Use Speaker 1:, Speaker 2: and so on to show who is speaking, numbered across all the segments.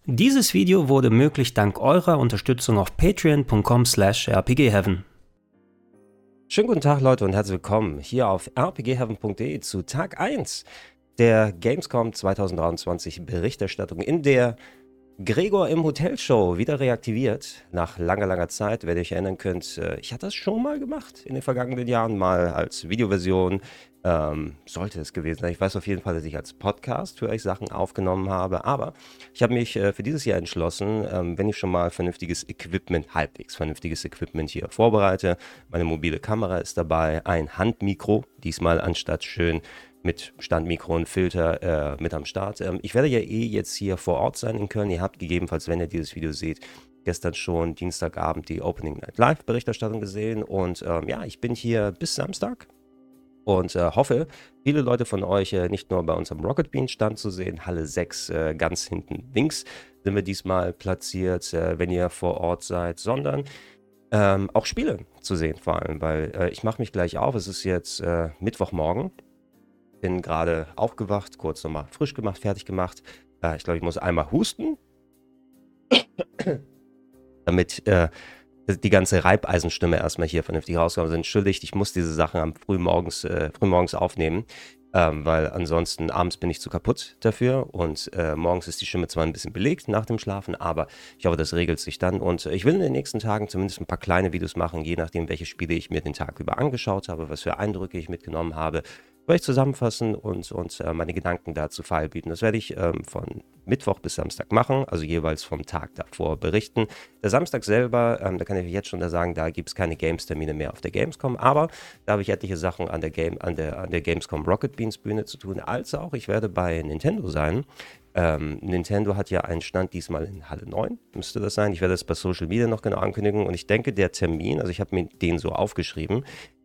Speaker 1: Dieses Video wurde möglich dank eurer Unterstützung auf patreon.com/rpgheaven.
Speaker 2: Schönen guten Tag Leute und herzlich willkommen hier auf rpgheaven.de zu Tag 1 der Gamescom 2023 Berichterstattung, in der Gregor im Hotelshow wieder reaktiviert. Nach langer Zeit, wenn ihr euch erinnern könnt, ich hatte das schon mal gemacht in den vergangenen Jahren, mal als Videoversion. Sollte es gewesen sein. Ich weiß auf jeden Fall, dass ich als Podcast für euch Sachen aufgenommen habe, aber ich habe mich für dieses Jahr entschlossen, wenn ich schon mal halbwegs vernünftiges Equipment hier vorbereite. Meine mobile Kamera ist dabei, ein Handmikro, diesmal anstatt schön mit Standmikro und Filter mit am Start. Ich werde ja jetzt hier vor Ort sein in Köln. Ihr habt gegebenenfalls, wenn ihr dieses Video seht, gestern schon Dienstagabend die Opening Night Live Berichterstattung gesehen. Und ja, ich bin hier bis Samstag und hoffe, viele Leute von euch nicht nur bei unserem Rocket Bean Stand zu sehen, Halle 6 ganz hinten links sind wir diesmal platziert, wenn ihr vor Ort seid, sondern auch Spiele zu sehen vor allem, weil ich mache mich gleich auf. Es ist jetzt Mittwochmorgen. Bin gerade aufgewacht, kurz nochmal frisch gemacht, fertig gemacht. Ich glaube, ich muss einmal husten, damit die ganze Reibeisenstimme erstmal hier vernünftig rauskommt. Also entschuldigt, ich muss diese Sachen am frühmorgens aufnehmen, weil ansonsten abends bin ich zu kaputt dafür und morgens ist die Stimme zwar ein bisschen belegt nach dem Schlafen, aber ich hoffe, das regelt sich dann und ich will in den nächsten Tagen zumindest ein paar kleine Videos machen, je nachdem, welche Spiele ich mir den Tag über angeschaut habe, was für Eindrücke ich mitgenommen habe, werde ich zusammenfassen und meine Gedanken dazu feilbieten. Das werde ich von Mittwoch bis Samstag machen, also jeweils vom Tag davor berichten. Der Samstag selber, da kann ich jetzt schon sagen, da gibt es keine Games-Termine mehr auf der Gamescom, aber da habe ich etliche Sachen an der Gamescom Rocket Beans Bühne zu tun, als auch ich werde bei Nintendo sein. Nintendo hat ja einen Stand diesmal in Halle 9, müsste das sein. Ich werde das bei Social Media noch genau ankündigen und ich denke, der Termin, also ich habe mir den so aufgeschrieben,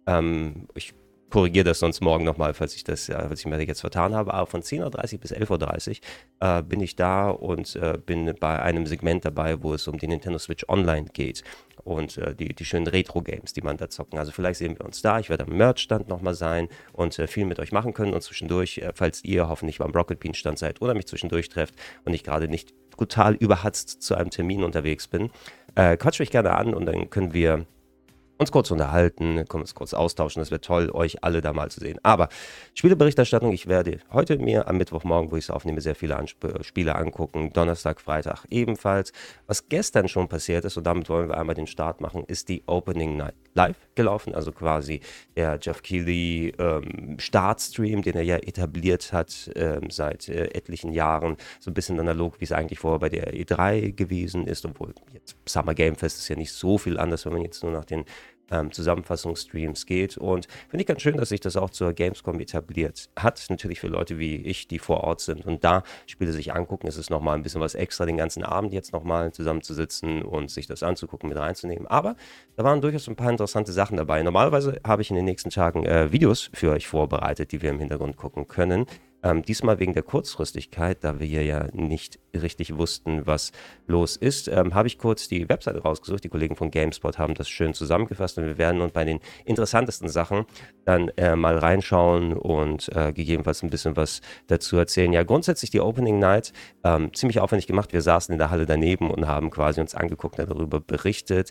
Speaker 2: ich korrigiere das sonst morgen nochmal, falls ich mir jetzt vertan habe, aber von 10:30 Uhr bis 11:30 Uhr bin ich da und bin bei einem Segment dabei, wo es um die Nintendo Switch Online geht und die schönen Retro-Games, die man da zocken. Also vielleicht sehen wir uns da, ich werde am Merch-Stand nochmal sein und viel mit euch machen können und zwischendurch, falls ihr hoffentlich beim Rocket Bean Stand seid oder mich zwischendurch trefft und ich gerade nicht brutal überhatzt zu einem Termin unterwegs bin, quatscht mich gerne an und dann können wir uns kurz unterhalten, können uns kurz austauschen. Das wäre toll, euch alle da mal zu sehen. Aber Spieleberichterstattung, ich werde heute mir am Mittwochmorgen, wo ich es aufnehme, sehr viele Spiele angucken. Donnerstag, Freitag ebenfalls. Was gestern schon passiert ist, und damit wollen wir einmal den Start machen, ist die Opening Night Live gelaufen. Also quasi der Geoff Keighley Startstream, den er ja etabliert hat seit etlichen Jahren. So ein bisschen analog, wie es eigentlich vorher bei der E3 gewesen ist. Obwohl jetzt Summer Game Fest ist ja nicht so viel anders, wenn man jetzt nur nach den Zusammenfassungsstreams geht und finde ich ganz schön, dass sich das auch zur Gamescom etabliert hat. Natürlich für Leute wie ich, die vor Ort sind und da Spiele sich angucken, ist es nochmal ein bisschen was extra, den ganzen Abend jetzt nochmal zusammenzusitzen und sich das anzugucken, mit reinzunehmen. Aber da waren durchaus ein paar interessante Sachen dabei. Normalerweise habe ich in den nächsten Tagen Videos für euch vorbereitet, die wir im Hintergrund gucken können. Diesmal wegen der Kurzfristigkeit, da wir hier ja nicht richtig wussten, was los ist, habe ich kurz die Webseite rausgesucht. Die Kollegen von GameSpot haben das schön zusammengefasst und wir werden uns bei den interessantesten Sachen dann mal reinschauen und gegebenenfalls ein bisschen was dazu erzählen. Ja, grundsätzlich die Opening Night, ziemlich aufwendig gemacht. Wir saßen in der Halle daneben und haben quasi uns angeguckt und darüber berichtet.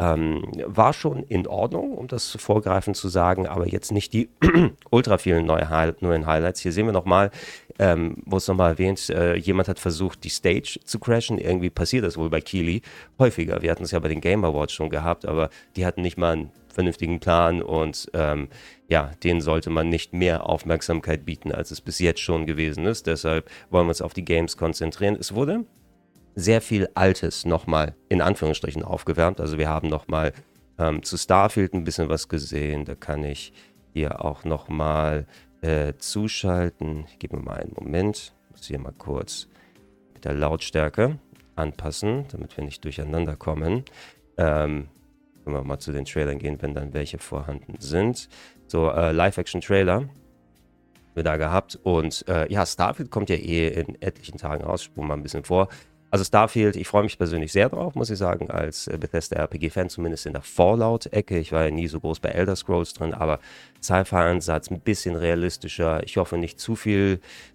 Speaker 2: War schon in Ordnung, um das vorgreifend zu sagen, aber jetzt nicht die ultra vielen neuen Highlights. Hier sehen wir nochmal, wo es nochmal erwähnt, jemand hat versucht, die Stage zu crashen. Irgendwie passiert das wohl bei Keighley häufiger. Wir hatten es ja bei den Game Awards schon gehabt, aber die hatten nicht mal einen vernünftigen Plan und ja, denen sollte man nicht mehr Aufmerksamkeit bieten, als es bis jetzt schon gewesen ist. Deshalb wollen wir uns auf die Games konzentrieren. Es wurde sehr viel Altes nochmal in Anführungsstrichen aufgewärmt. Also wir haben nochmal zu Starfield ein bisschen was gesehen. Da kann ich hier auch nochmal zuschalten. Ich gebe mir mal einen Moment. Ich muss hier mal kurz mit der Lautstärke anpassen, damit wir nicht durcheinander kommen. Können wir mal zu den Trailern gehen, wenn dann welche vorhanden sind. So, Live-Action-Trailer wir da gehabt. Und ja, Starfield kommt ja in etlichen Tagen raus. Spulen wir mal ein bisschen vor. Also Starfield, ich freue mich persönlich sehr drauf, muss ich sagen, als Bethesda-RPG-Fan, zumindest in der Fallout-Ecke. Ich war ja nie so groß bei Elder Scrolls drin, aber Sci-Fi-Ansatz ein bisschen realistischer. Ich hoffe nicht zu viel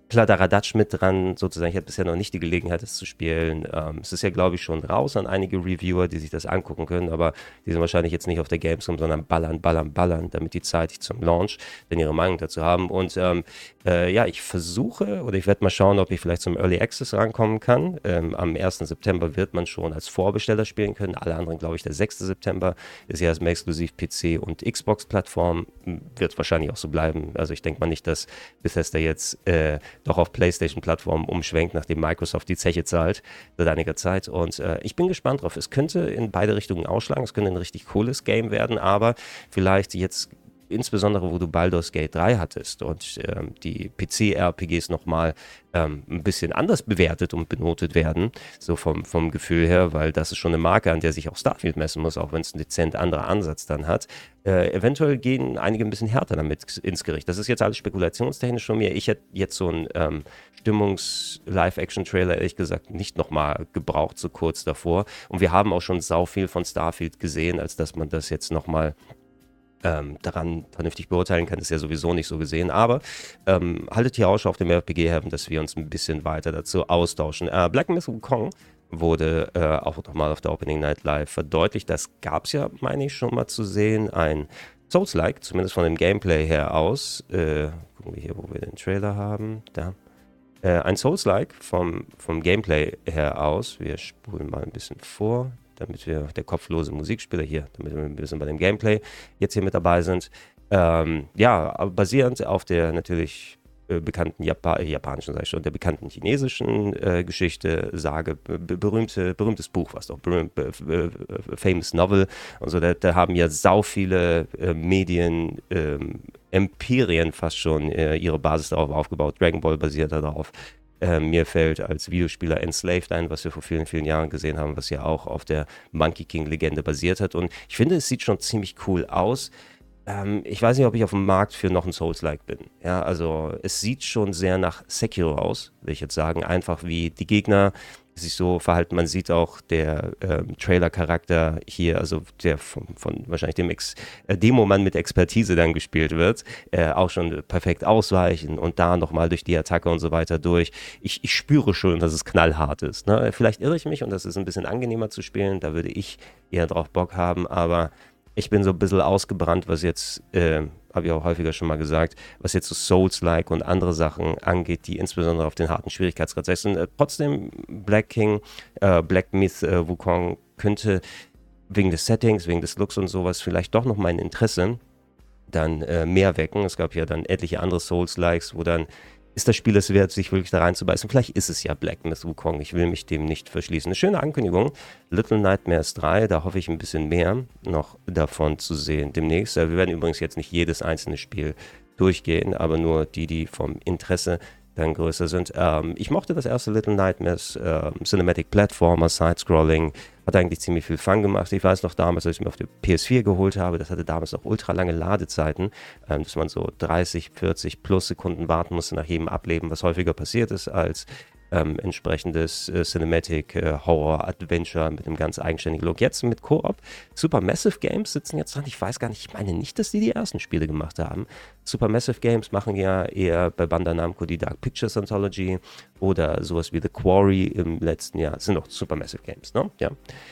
Speaker 2: Kladderadatsch mit dran, sozusagen. Ich hatte bisher noch nicht die Gelegenheit, das zu spielen. Es ist ja, glaube ich, schon raus an einige Reviewer, die sich das angucken können, aber die sind wahrscheinlich jetzt nicht auf der Gamescom, sondern ballern, damit die zeitig zum Launch dann ihre Meinung dazu haben. Und ja, ich versuche, oder ich werde mal schauen, ob ich vielleicht zum Early Access rankommen kann. Am 1. September wird man schon als Vorbesteller spielen können. Alle anderen, glaube ich, der 6. September ist ja erstmal exklusiv PC und Xbox-Plattform. Wird wahrscheinlich auch so bleiben. Also ich denke mal nicht, dass Bethesda jetzt doch auf PlayStation-Plattformen umschwenkt, nachdem Microsoft die Zeche zahlt seit einiger Zeit. Und ich bin gespannt drauf. Es könnte in beide Richtungen ausschlagen. Es könnte ein richtig cooles Game werden, aber vielleicht jetzt insbesondere, wo du Baldur's Gate 3 hattest und die PC-RPGs nochmal ein bisschen anders bewertet und benotet werden, so vom Gefühl her, weil das ist schon eine Marke, an der sich auch Starfield messen muss, auch wenn es einen dezent anderer Ansatz dann hat. Eventuell gehen einige ein bisschen härter damit ins Gericht. Das ist jetzt alles spekulationstechnisch von mir. Ich hätte jetzt so einen Stimmungs-Live-Action-Trailer, ehrlich gesagt, nicht nochmal gebraucht, so kurz davor. Und wir haben auch schon sau viel von Starfield gesehen, als dass man das jetzt nochmal daran vernünftig beurteilen kann, ist ja sowieso nicht so gesehen, aber haltet hier Ausschau auf dem RPG-Heaven, dass wir uns ein bisschen weiter dazu austauschen. Black Myth Wukong wurde auch nochmal auf der Opening Night Live verdeutlicht, das gab es ja, meine ich, schon mal zu sehen, ein Souls-like, zumindest von dem Gameplay her aus, gucken wir hier, wo wir den Trailer haben, da, ein Souls-like vom Gameplay her aus, wir spulen mal ein bisschen vor, damit wir, der kopflose Musikspieler hier, damit wir ein bisschen bei dem Gameplay jetzt hier mit dabei sind. Ja, basierend auf der natürlich bekannten japanischen, sag ich schon, der bekannten chinesischen Geschichte, Sage, berühmtes Buch, was doch, famous Novel und so, da haben ja sau viele Medien, Imperien fast schon ihre Basis darauf aufgebaut. Dragon Ball basiert darauf. Mir fällt als Videospieler Enslaved ein, was wir vor vielen, vielen Jahren gesehen haben, was ja auch auf der Monkey King-Legende basiert hat. Und ich finde, es sieht schon ziemlich cool aus. Ich weiß nicht, ob ich auf dem Markt für noch ein Souls-like bin. Ja, also es sieht schon sehr nach Sekiro aus, will ich jetzt sagen. Einfach wie die Gegner sich so verhalten. Man sieht auch der Trailer-Charakter hier, also der von wahrscheinlich dem Demo-Mann mit Expertise dann gespielt wird, auch schon perfekt ausweichen und da nochmal durch die Attacke und so weiter durch. Ich spüre schon, dass es knallhart ist. Ne? Vielleicht irre ich mich und das ist ein bisschen angenehmer zu spielen. Da würde ich eher drauf Bock haben, aber ich bin so ein bisschen ausgebrannt, was jetzt, habe ich auch häufiger schon mal gesagt, was jetzt so Souls-like und andere Sachen angeht, die insbesondere auf den harten Schwierigkeitsgrad setzen. Trotzdem, Black Myth Wukong könnte wegen des Settings, wegen des Looks und sowas vielleicht doch noch mein Interesse dann mehr wecken. Es gab ja dann etliche andere Souls-likes, wo dann ist das Spiel es wert, sich wirklich da reinzubeißen? Vielleicht ist es ja Black Myth Wukong. Ich will mich dem nicht verschließen. Eine schöne Ankündigung. Little Nightmares 3, da hoffe ich ein bisschen mehr noch davon zu sehen demnächst. Wir werden übrigens jetzt nicht jedes einzelne Spiel durchgehen, aber nur die vom Interesse dann größer sind. Ich mochte das erste Little Nightmares, Cinematic Platformer, Side-Scrolling, hat eigentlich ziemlich viel Fun gemacht. Ich weiß noch damals, als ich mir auf der PS4 geholt habe, das hatte damals noch ultra lange Ladezeiten, dass man so 30, 40 plus Sekunden warten musste nach jedem Ableben, was häufiger passiert ist als entsprechendes Cinematic Horror Adventure mit einem ganz eigenständigen Look. Jetzt mit Koop. Supermassive Games sitzen jetzt dran. Ich weiß gar nicht, ich meine nicht, dass die ersten Spiele gemacht haben. Supermassive Games machen ja eher bei Bandai Namco die Dark Pictures Anthology oder sowas wie The Quarry im letzten Jahr. Das sind doch Supermassive Games, ne? Ja.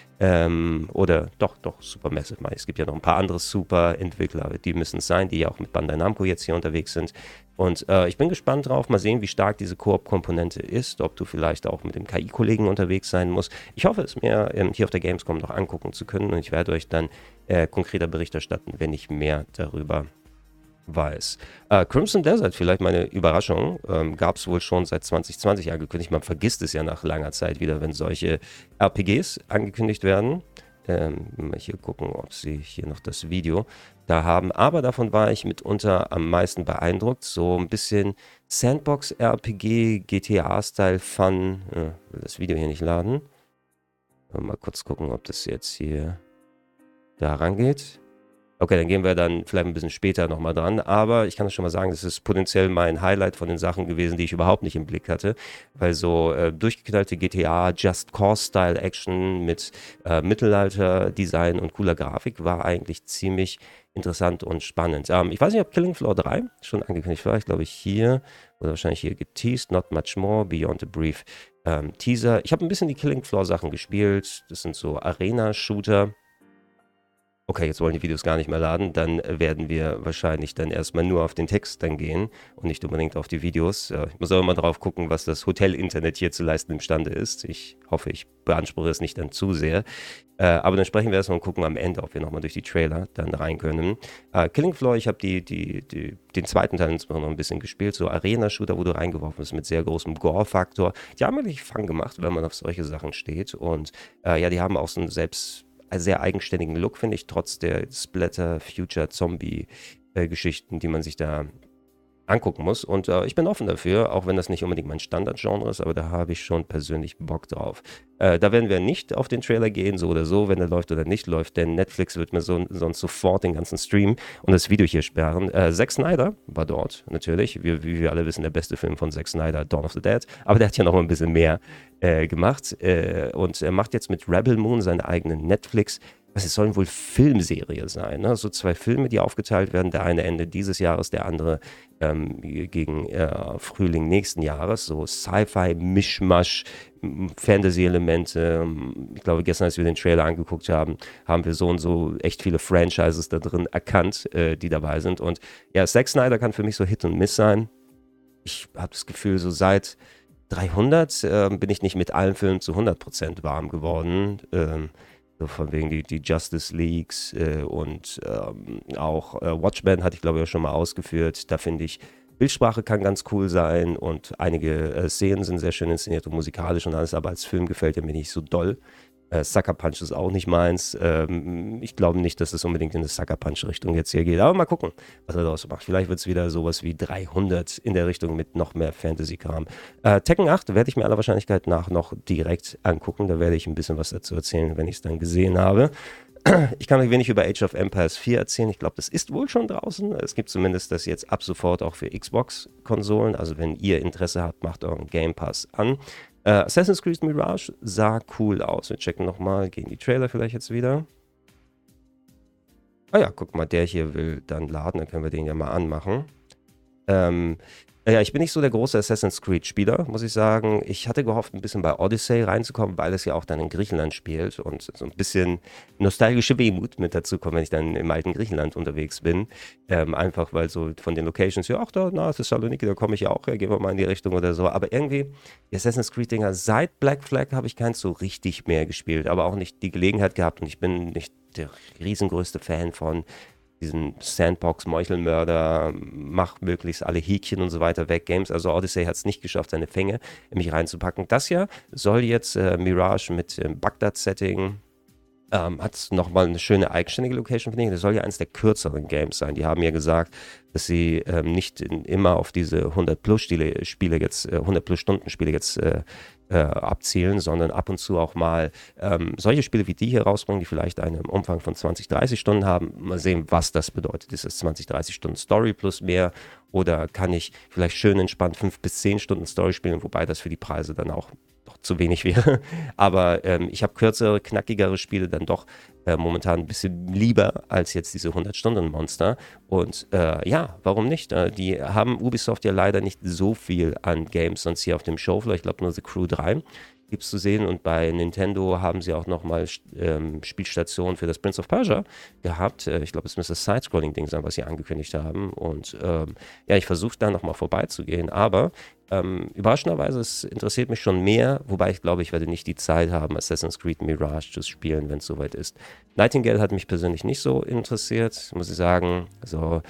Speaker 2: Oder doch, Supermassive. Es gibt ja noch ein paar andere Super-Entwickler, die müssen es sein, die ja auch mit Bandai Namco jetzt hier unterwegs sind. Und ich bin gespannt drauf, mal sehen, wie stark diese Koop-Komponente ist, ob du vielleicht auch mit dem KI-Kollegen unterwegs sein musst. Ich hoffe, es mir hier auf der Gamescom noch angucken zu können und ich werde euch dann konkreter Bericht erstatten, wenn ich mehr darüber weiß. Crimson Desert, vielleicht meine Überraschung, gab es wohl schon seit 2020 angekündigt. Man vergisst es ja nach langer Zeit wieder, wenn solche RPGs angekündigt werden. Mal hier gucken, ob sie hier noch das Video da haben. Aber davon war ich mitunter am meisten beeindruckt. So ein bisschen Sandbox-RPG, GTA-Style-Fun. Will das Video hier nicht laden. Mal kurz gucken, ob das jetzt hier da rangeht. Okay, dann gehen wir dann vielleicht ein bisschen später nochmal dran, aber ich kann das schon mal sagen, das ist potenziell mein Highlight von den Sachen gewesen, die ich überhaupt nicht im Blick hatte, weil so durchgeknallte GTA, Just Cause-Style-Action mit Mittelalter-Design und cooler Grafik war eigentlich ziemlich interessant und spannend. Ich weiß nicht, ob Killing Floor 3 schon angekündigt war, ich glaube hier, oder wahrscheinlich hier geteased, Not Much More, Beyond a Brief Teaser. Ich habe ein bisschen die Killing Floor Sachen gespielt, das sind so Arena-Shooter. Okay, jetzt wollen die Videos gar nicht mehr laden, dann werden wir wahrscheinlich dann erstmal nur auf den Text dann gehen und nicht unbedingt auf die Videos. Ich muss auch immer drauf gucken, was das Hotel-Internet hier zu leisten imstande ist. Ich hoffe, ich beanspruche es nicht dann zu sehr. Aber dann sprechen wir erstmal und gucken am Ende, ob wir nochmal durch die Trailer dann rein können. Killing Floor, ich habe den zweiten Teil insbesondere noch ein bisschen gespielt, so Arena-Shooter, wo du reingeworfen bist mit sehr großem Gore-Faktor. Die haben wirklich Fun gemacht, wenn man auf solche Sachen steht und ja, die haben auch so einen sehr eigenständigen Look, finde ich, trotz der Splatter-Future-Zombie-Geschichten, die man sich da angucken muss. Und ich bin offen dafür, auch wenn das nicht unbedingt mein Standardgenre ist, aber da habe ich schon persönlich Bock drauf. Da werden wir nicht auf den Trailer gehen, so oder so, wenn er läuft oder nicht läuft, denn Netflix wird mir sonst sofort den ganzen Stream und das Video hier sperren. Zack Snyder war dort, natürlich, wie wir alle wissen, der beste Film von Zack Snyder, Dawn of the Dead, aber der hat ja noch ein bisschen mehr gemacht und er macht jetzt mit Rebel Moon seine eigene Netflix. Es sollen wohl Filmserie sein, ne? So 2 Filme, die aufgeteilt werden. Der eine Ende dieses Jahres, der andere gegen Frühling nächsten Jahres. So Sci-Fi, Mischmasch, Fantasy-Elemente. Ich glaube, gestern, als wir den Trailer angeguckt haben, haben wir so und so echt viele Franchises da drin erkannt, die dabei sind. Und ja, Zack Snyder kann für mich so Hit und Miss sein. Ich habe das Gefühl, so seit 300 bin ich nicht mit allen Filmen zu 100% warm geworden. So von wegen die Justice Leagues und auch Watchmen hatte ich glaube ich auch schon mal ausgeführt. Da finde ich, Bildsprache kann ganz cool sein und einige Szenen sind sehr schön inszeniert und musikalisch und alles, aber als Film gefällt er mir nicht so doll. Sucker Punch ist auch nicht meins. Ich glaube nicht, dass es unbedingt in eine Sucker Punch-Richtung jetzt hier geht. Aber mal gucken, was er daraus macht. Vielleicht wird es wieder sowas wie 300 in der Richtung mit noch mehr Fantasy-Kram. Tekken 8 werde ich mir aller Wahrscheinlichkeit nach noch direkt angucken. Da werde ich ein bisschen was dazu erzählen, wenn ich es dann gesehen habe. Ich kann euch wenig über Age of Empires 4 erzählen. Ich glaube, das ist wohl schon draußen. Es gibt zumindest das jetzt ab sofort auch für Xbox-Konsolen. Also wenn ihr Interesse habt, macht euren Game Pass an. Assassin's Creed Mirage sah cool aus. Wir checken nochmal, gehen die Trailer vielleicht jetzt wieder. Ah ja, guck mal, der hier will dann laden, dann können wir den ja mal anmachen. Ja, ich bin nicht so der große Assassin's Creed-Spieler, muss ich sagen. Ich hatte gehofft, ein bisschen bei Odyssey reinzukommen, weil es ja auch dann in Griechenland spielt und so ein bisschen nostalgische Wehmut mit dazu kommt, wenn ich dann im alten Griechenland unterwegs bin. Einfach weil so von den Locations, ja, ach da, na, Thessaloniki, da komme ich ja auch, ja, gehen wir mal in die Richtung oder so. Aber irgendwie, die Assassin's Creed-Dinger, seit Black Flag habe ich keins so richtig mehr gespielt, aber auch nicht die Gelegenheit gehabt und ich bin nicht der riesengrößte Fan von diesen Sandbox-Meuchelmörder, mach möglichst alle Häkchen und so weiter weg, Games. Also Odyssey hat es nicht geschafft, seine Fänge in mich reinzupacken. Das hier soll jetzt Mirage mit Bagdad-Setting, hat nochmal eine schöne eigenständige Location, finde ich. Das soll ja eines der kürzeren Games sein. Die haben ja gesagt, dass sie nicht immer auf diese 100-plus-Spiele jetzt, 100-plus-Stunden-Spiele jetzt abzielen, sondern ab und zu auch mal solche Spiele wie die hier rausbringen, die vielleicht einen Umfang von 20, 30 Stunden haben. Mal sehen, was das bedeutet. Ist es 20, 30 Stunden Story plus mehr oder kann ich vielleicht schön entspannt 5 bis 10 Stunden Story spielen, wobei das für die Preise dann auch doch zu wenig wäre. Aber ich habe kürzere, knackigere Spiele dann doch momentan ein bisschen lieber als jetzt diese 100-Stunden-Monster. Und ja, warum nicht? Die haben Ubisoft ja leider nicht so viel an Games sonst hier auf dem Showfloor. Ich glaube nur The Crew 3 gibt es zu sehen. Und bei Nintendo haben sie auch nochmal Spielstationen für das Prince of Persia gehabt. Ich glaube, es müsste das Side-Scrolling-Ding sein, was sie angekündigt haben. Und ja, ich versuche da nochmal vorbeizugehen. Aber überraschenderweise, es interessiert mich schon mehr, wobei ich glaube, ich werde nicht die Zeit haben, Assassin's Creed Mirage zu spielen, wenn es soweit ist. Nightingale hat mich persönlich nicht so interessiert, muss ich sagen. Also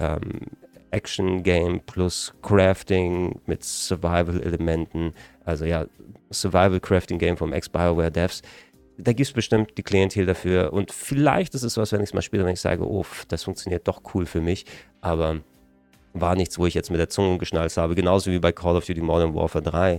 Speaker 2: Action-Game plus Crafting mit Survival-Elementen. Also ja, Survival-Crafting-Game vom Ex-BioWare Devs. Da gibt es bestimmt die Klientel dafür. Und vielleicht ist es was, wenn ich es mal spiele, wenn ich sage, oh, das funktioniert doch cool für mich. Aber war nichts, wo ich jetzt mit der Zunge geschnalzt habe. Genauso wie bei Call of Duty Modern Warfare 3.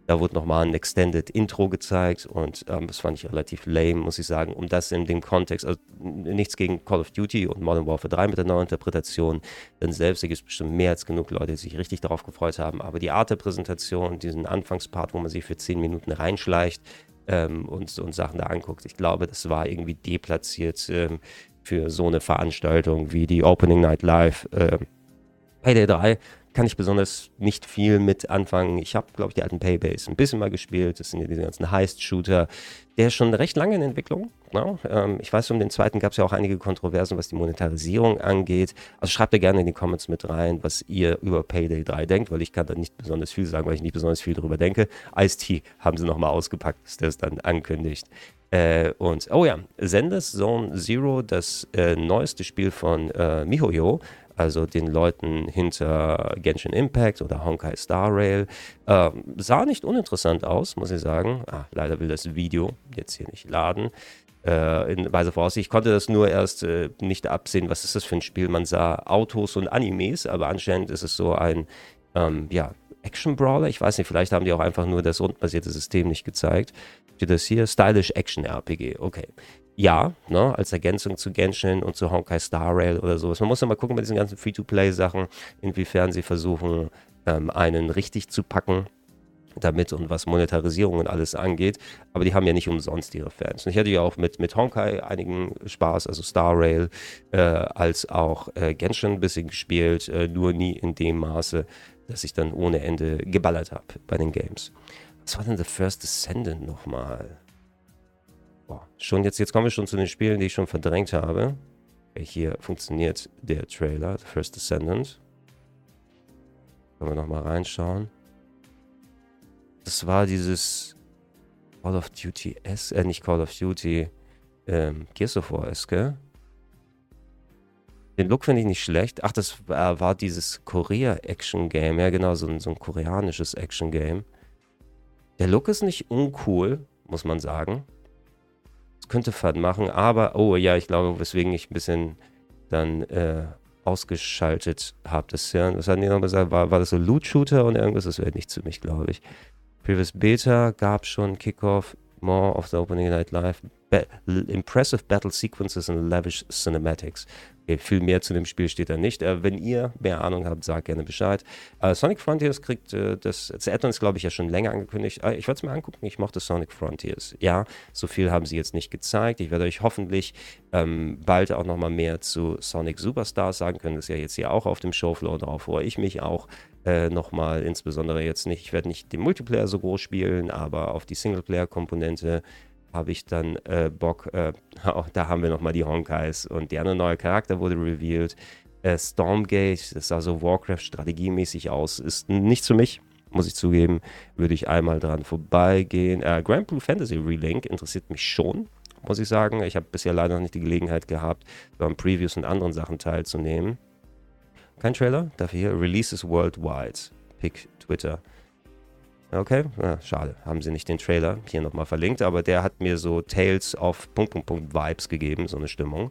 Speaker 2: Da wurde nochmal ein Extended Intro gezeigt und das fand ich relativ lame, muss ich sagen, um das in dem Kontext, also nichts gegen Call of Duty und Modern Warfare 3 mit der Neuinterpretation, denn selbst, da gibt es bestimmt mehr als genug Leute, die sich richtig darauf gefreut haben, aber die Art der Präsentation, diesen Anfangspart, wo man sich für 10 Minuten reinschleicht und Sachen da anguckt, ich glaube, das war irgendwie deplatziert für so eine Veranstaltung wie die Opening Night Live. Payday 3 kann ich besonders nicht viel mit anfangen. Ich habe, glaube ich, die alten Paybase ein bisschen mal gespielt. Das sind ja diese ganzen Heist-Shooter. Der ist schon recht lange in Entwicklung. Ne? Ich weiß, um den zweiten gab es ja auch einige Kontroversen, was die Monetarisierung angeht. Also schreibt da gerne in die Comments mit rein, was ihr über Payday 3 denkt, weil ich kann da nicht besonders viel sagen, weil ich nicht besonders viel darüber denke. Ice-T haben sie nochmal ausgepackt, dass der es dann ankündigt. Und, oh ja, Zenless Zone Zero, das neueste Spiel von MiHoYo, also den Leuten hinter Genshin Impact oder Honkai Star Rail. Sah nicht uninteressant aus, muss ich sagen. Leider will das Video jetzt hier nicht laden. In weise Voraussicht. Ich konnte das nur erst nicht absehen, was ist das für ein Spiel. Man sah Autos und Animes, aber anscheinend ist es so ein Action-Brawler. Ich weiß nicht, vielleicht haben die auch einfach nur das rundenbasierte System nicht gezeigt. Steht das hier? Stylish Action RPG. Okay. Ja, ne, als Ergänzung zu Genshin und zu Honkai Star Rail oder sowas. Man muss ja mal gucken bei diesen ganzen Free-to-Play-Sachen, inwiefern sie versuchen, einen richtig zu packen damit und was Monetarisierung und alles angeht. Aber die haben ja nicht umsonst ihre Fans. Und ich hatte ja auch mit Honkai einigen Spaß, also Star Rail, als auch Genshin ein bisschen gespielt, nur nie in dem Maße, dass ich dann ohne Ende geballert habe bei den Games. Was war denn The First Descendant nochmal? Boah, jetzt kommen wir schon zu den Spielen, die ich schon verdrängt habe. Hier funktioniert der Trailer, The First Descendant. Können wir nochmal reinschauen. Das war dieses Call of Duty nicht Call of Duty, Gears of War, gell? Den Look finde ich nicht schlecht. Ach, das war dieses Korea-Action-Game. Ja, genau, so ein koreanisches Action-Game. Der Look ist nicht uncool, muss man sagen. Das könnte Fun machen, aber, oh ja, ich glaube, weswegen ich ein bisschen dann ausgeschaltet habe. Was hatten die noch gesagt? War das so Loot-Shooter und irgendwas? Das wäre nicht zu mich, glaube ich. Previous Beta gab schon Kickoff, more of the Opening Night Live, impressive battle sequences and lavish cinematics. Okay, viel mehr zu dem Spiel steht da nicht. Wenn ihr mehr Ahnung habt, sagt gerne Bescheid. Sonic Frontiers kriegt das Add-on ist, glaube ich, ja schon länger angekündigt. Ich wollte es mir angucken, ich mochte Sonic Frontiers. Ja, so viel haben sie jetzt nicht gezeigt. Ich werde euch hoffentlich bald auch nochmal mehr zu Sonic Superstars sagen können. Das ist ja jetzt hier auch auf dem Showfloor, darauf freue ich mich auch. Nochmal, insbesondere jetzt nicht, ich werde nicht den Multiplayer so groß spielen, aber auf die Singleplayer-Komponente habe ich dann Bock. Da haben wir nochmal die Honkais und der andere neue Charakter wurde revealed. Stormgate, das sah so Warcraft-strategiemäßig aus, ist nicht für mich, muss ich zugeben, würde ich einmal dran vorbeigehen. Grand Blue Fantasy Relink interessiert mich schon, muss ich sagen. Ich habe bisher leider noch nicht die Gelegenheit gehabt, beim Previews und anderen Sachen teilzunehmen. Kein Trailer, dafür hier Releases Worldwide. Pick Twitter. Okay, schade, haben sie nicht den Trailer hier nochmal verlinkt, aber der hat mir so Tales of ... Vibes gegeben, so eine Stimmung.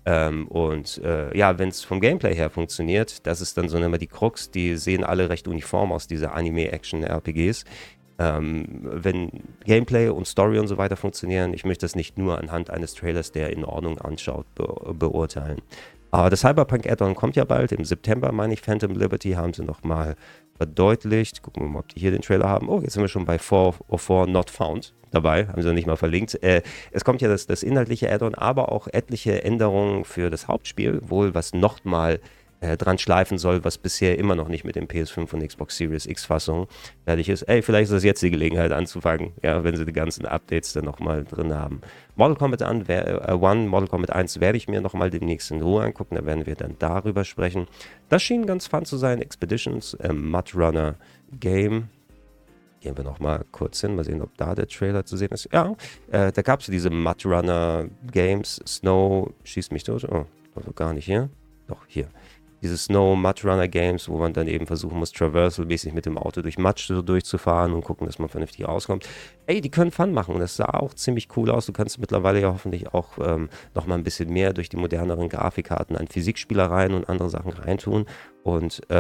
Speaker 2: Wenn es vom Gameplay her funktioniert, das ist dann so immer die Krux, die sehen alle recht uniform aus, diese Anime-Action-RPGs. Wenn Gameplay und Story und so weiter funktionieren, ich möchte das nicht nur anhand eines Trailers, der in Ordnung anschaut, beurteilen. Das Cyberpunk Add-on kommt ja bald, im September, meine ich, Phantom Liberty haben sie nochmal verdeutlicht. Gucken wir mal, ob die hier den Trailer haben. Oh, jetzt sind wir schon bei 404 Not Found dabei, haben sie noch nicht mal verlinkt. Es kommt ja das inhaltliche Add-on, aber auch etliche Änderungen für das Hauptspiel, wohl was nochmal dran schleifen soll, was bisher immer noch nicht mit dem PS5 und Xbox Series X Fassung fertig ist. Vielleicht ist das jetzt die Gelegenheit anzufangen, ja, wenn sie die ganzen Updates dann nochmal drin haben. Mortal Kombat 1 werde ich mir nochmal demnächst in Ruhe angucken, da werden wir dann darüber sprechen. Das schien ganz fun zu sein, Expeditions, Mud Runner Game. Gehen wir nochmal kurz hin, mal sehen, ob da der Trailer zu sehen ist. Ja, da gab es diese Mud Runner Games, Snow, schießt mich tot, also gar nicht hier, doch hier. Diese Snow Mud Runner Games, wo man dann eben versuchen muss, traversal-mäßig mit dem Auto durch Matsch so durchzufahren und gucken, dass man vernünftig rauskommt. Die können Fun machen. Das sah auch ziemlich cool aus. Du kannst mittlerweile ja hoffentlich auch nochmal ein bisschen mehr durch die moderneren Grafikkarten an Physikspielereien und andere Sachen reintun. Und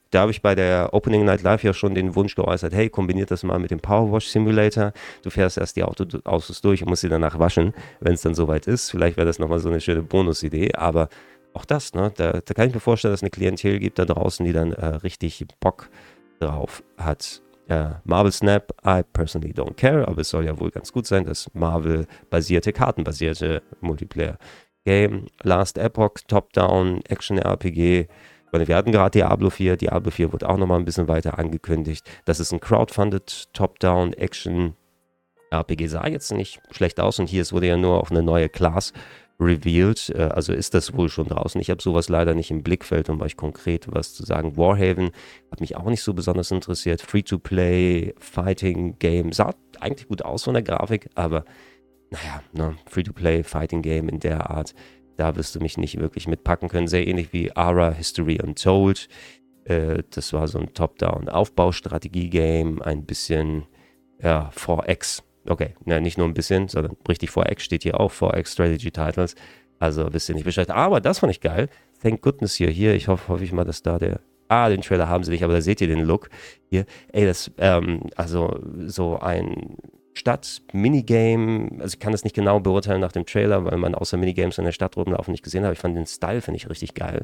Speaker 2: Da habe ich bei der Opening Night Live ja schon den Wunsch geäußert, hey, kombiniert das mal mit dem Powerwash Simulator. Du fährst erst die Autos durch und musst sie danach waschen, wenn es dann soweit ist. Vielleicht wäre das nochmal so eine schöne Bonusidee, aber auch das, ne, da kann ich mir vorstellen, dass es eine Klientel gibt da draußen, die dann richtig Bock drauf hat. Marvel Snap, I personally don't care, aber es soll ja wohl ganz gut sein, das Marvel-basierte, kartenbasierte Multiplayer-Game. Last Epoch, Top-Down, Action-RPG. Wir hatten gerade Diablo 4. Diablo 4 wird auch nochmal ein bisschen weiter angekündigt. Das ist ein crowdfunded Top-Down Action-RPG. Sah jetzt nicht schlecht aus und hier wurde ja nur auf eine neue Class revealed. Also ist das wohl schon draußen. Ich habe sowas leider nicht im Blickfeld, um euch konkret was zu sagen. Warhaven hat mich auch nicht so besonders interessiert. Free-to-Play, Fighting-Game. Sah eigentlich gut aus von der Grafik, aber naja, ne, Free-to-Play, Fighting-Game in der Art. Da wirst du mich nicht wirklich mitpacken können. Sehr ähnlich wie Ara History Untold. Das war so ein Top-Down-Aufbaustrategie-Game. Ein bisschen, 4X. Okay, nicht nur ein bisschen, sondern richtig 4X steht hier auch. 4X Strategy Titles. Also wisst ihr nicht Bescheid. Aber das fand ich geil. Thank goodness hier. Ich hoffe ich mal, dass da den Trailer haben sie nicht, aber da seht ihr den Look. Hier, also so ein Stadt-Minigame, also ich kann das nicht genau beurteilen nach dem Trailer, weil man außer Minigames in der Stadt rumlaufen nicht gesehen hat. Ich fand den Style, finde ich richtig geil.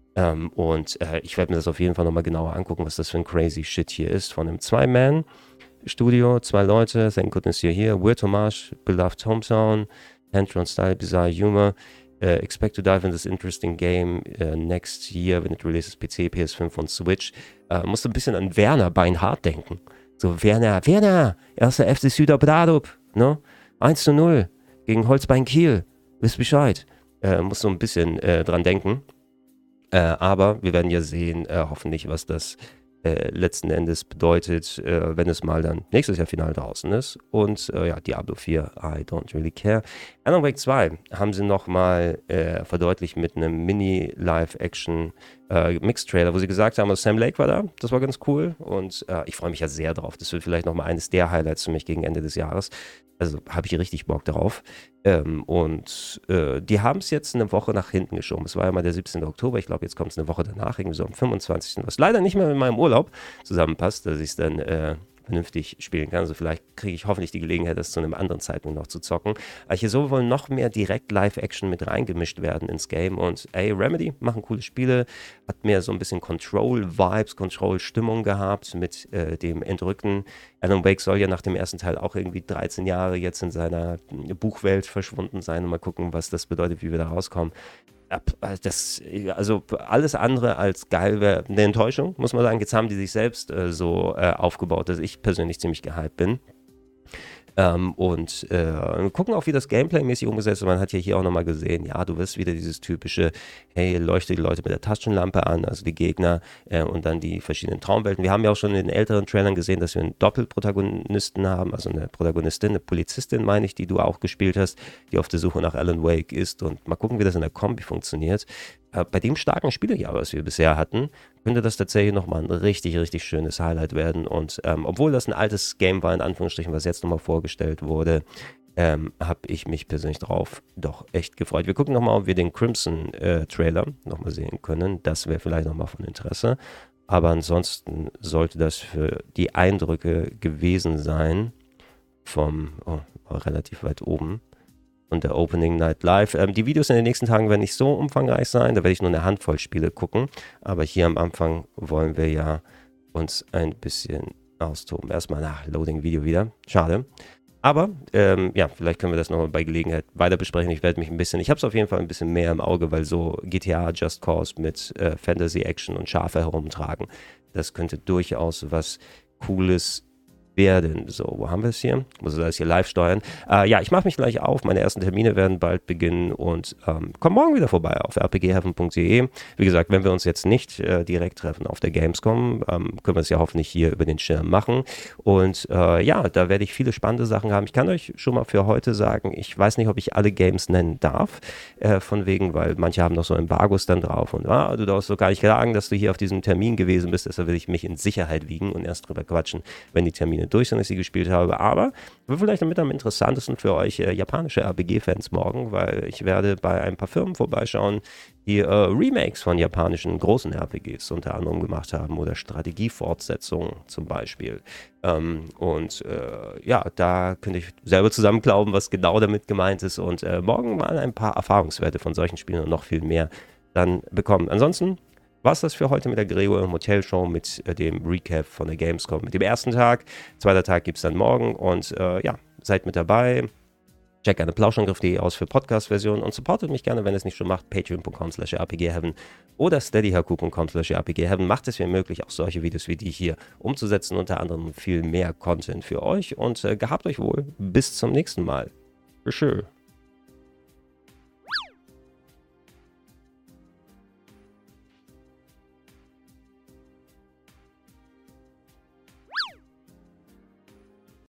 Speaker 2: Ich werde mir das auf jeden Fall nochmal genauer angucken, was das für ein crazy Shit hier ist. Von einem 2-Man-Studio, 2 Leute, thank goodness you're here, Weird Homage, Beloved Hometown, Tantron Style, Bizarre Humor, expect to dive in this interesting game next year, when it releases PC, PS5 und Switch. Musste ein bisschen an Werner Beinhardt denken. So, Werner, erster FC Süderbrarup, ne? 1:0 gegen Holzbein Kiel, wisst Bescheid. Muss so ein bisschen dran denken. Aber wir werden ja sehen, hoffentlich, was das letzten Endes bedeutet, wenn es mal dann nächstes Jahr final draußen ist. Und Diablo 4, I don't really care. Alan Wake 2 haben sie nochmal verdeutlicht mit einem Mini-Live-Action Mix-Trailer, wo sie gesagt haben, Sam Lake war da, das war ganz cool und ich freue mich ja sehr drauf. Das wird vielleicht nochmal eines der Highlights für mich gegen Ende des Jahres. Also habe ich richtig Bock drauf. Die haben es jetzt eine Woche nach hinten geschoben. Es war ja mal der 17. Oktober. Ich glaube, jetzt kommt es eine Woche danach, irgendwie so am 25. Was leider nicht mehr mit meinem Urlaub zusammenpasst, dass ich es dann vernünftig spielen kann. Also vielleicht kriege ich hoffentlich die Gelegenheit, das zu einem anderen Zeitpunkt noch zu zocken. Aber hier soll wohl noch mehr direkt Live-Action mit reingemischt werden ins Game. Und Remedy machen coole Spiele, hat mehr so ein bisschen Control-Vibes, Control-Stimmung gehabt mit dem Entrückten. Alan Wake soll ja nach dem ersten Teil auch irgendwie 13 Jahre jetzt in seiner Buchwelt verschwunden sein. Und mal gucken, was das bedeutet, wie wir da rauskommen. Also alles andere als geil wäre eine Enttäuschung, muss man sagen. Jetzt haben die sich selbst aufgebaut, dass ich persönlich ziemlich gehypt bin. Gucken auch, wie das Gameplay-mäßig umgesetzt wird. Man hat ja hier auch nochmal gesehen, ja, du wirst wieder dieses typische, hey, leuchte die Leute mit der Taschenlampe an, also die Gegner und dann die verschiedenen Traumwelten. Wir haben ja auch schon in den älteren Trailern gesehen, dass wir einen Doppelprotagonisten haben, also eine Protagonistin, eine Polizistin, meine ich, die du auch gespielt hast, die auf der Suche nach Alan Wake ist und mal gucken, wie das in der Kombi funktioniert. Bei dem starken Spielerjahr, was wir bisher hatten, könnte das tatsächlich nochmal ein richtig, richtig schönes Highlight werden. Und obwohl das ein altes Game war, in Anführungsstrichen, was jetzt nochmal vorgestellt wurde, habe ich mich persönlich drauf doch echt gefreut. Wir gucken nochmal, ob wir den Crimson-Trailer nochmal sehen können. Das wäre vielleicht nochmal von Interesse. Aber ansonsten sollte das für die Eindrücke gewesen sein vom relativ weit oben. Und der Opening Night Live. Die Videos in den nächsten Tagen werden nicht so umfangreich sein, da werde ich nur eine Handvoll Spiele gucken, aber hier am Anfang wollen wir ja uns ein bisschen austoben. Erstmal nach Loading-Video wieder, schade. Aber, vielleicht können wir das nochmal bei Gelegenheit weiter besprechen. Ich werde mich ich habe es auf jeden Fall ein bisschen mehr im Auge, weil so GTA Just Cause mit Fantasy-Action und Schafe herumtragen, das könnte durchaus was Cooles werden. So, wo haben wir es hier? Ich muss das hier live steuern. Ich mache mich gleich auf. Meine ersten Termine werden bald beginnen und komm morgen wieder vorbei auf rpgheaven.de. Wie gesagt, wenn wir uns jetzt nicht direkt treffen auf der Gamescom, können wir es ja hoffentlich hier über den Schirm machen. Und da werde ich viele spannende Sachen haben. Ich kann euch schon mal für heute sagen, ich weiß nicht, ob ich alle Games nennen darf, von wegen, weil manche haben noch so Embargos dann drauf und du darfst so gar nicht sagen, dass du hier auf diesem Termin gewesen bist, deshalb will ich mich in Sicherheit wiegen und erst drüber quatschen, wenn die Termine Spiele durch sind, dass ich sie gespielt habe. Aber wird vielleicht damit am interessantesten für euch japanische RPG-Fans morgen, weil ich werde bei ein paar Firmen vorbeischauen, die Remakes von japanischen großen RPGs unter anderem gemacht haben oder Strategiefortsetzungen zum Beispiel. Ja, da könnte ich selber zusammenklauben, was genau damit gemeint ist und morgen mal ein paar Erfahrungswerte von solchen Spielen und noch viel mehr dann bekommen. Ansonsten war es das für heute mit der Gregor Hotel Show, mit dem Recap von der Gamescom, mit dem ersten Tag. Zweiter Tag gibt es dann morgen und ja, seid mit dabei. Checkt gerne plauschangriff.de aus für Podcast-Versionen und supportet mich gerne, wenn ihr es nicht schon macht, patreon.com/rpgheaven oder steadyhq.com/rpgheaven. Macht es mir möglich, auch solche Videos wie die hier umzusetzen, unter anderem viel mehr Content für euch und gehabt euch wohl. Bis zum nächsten Mal. Tschüss.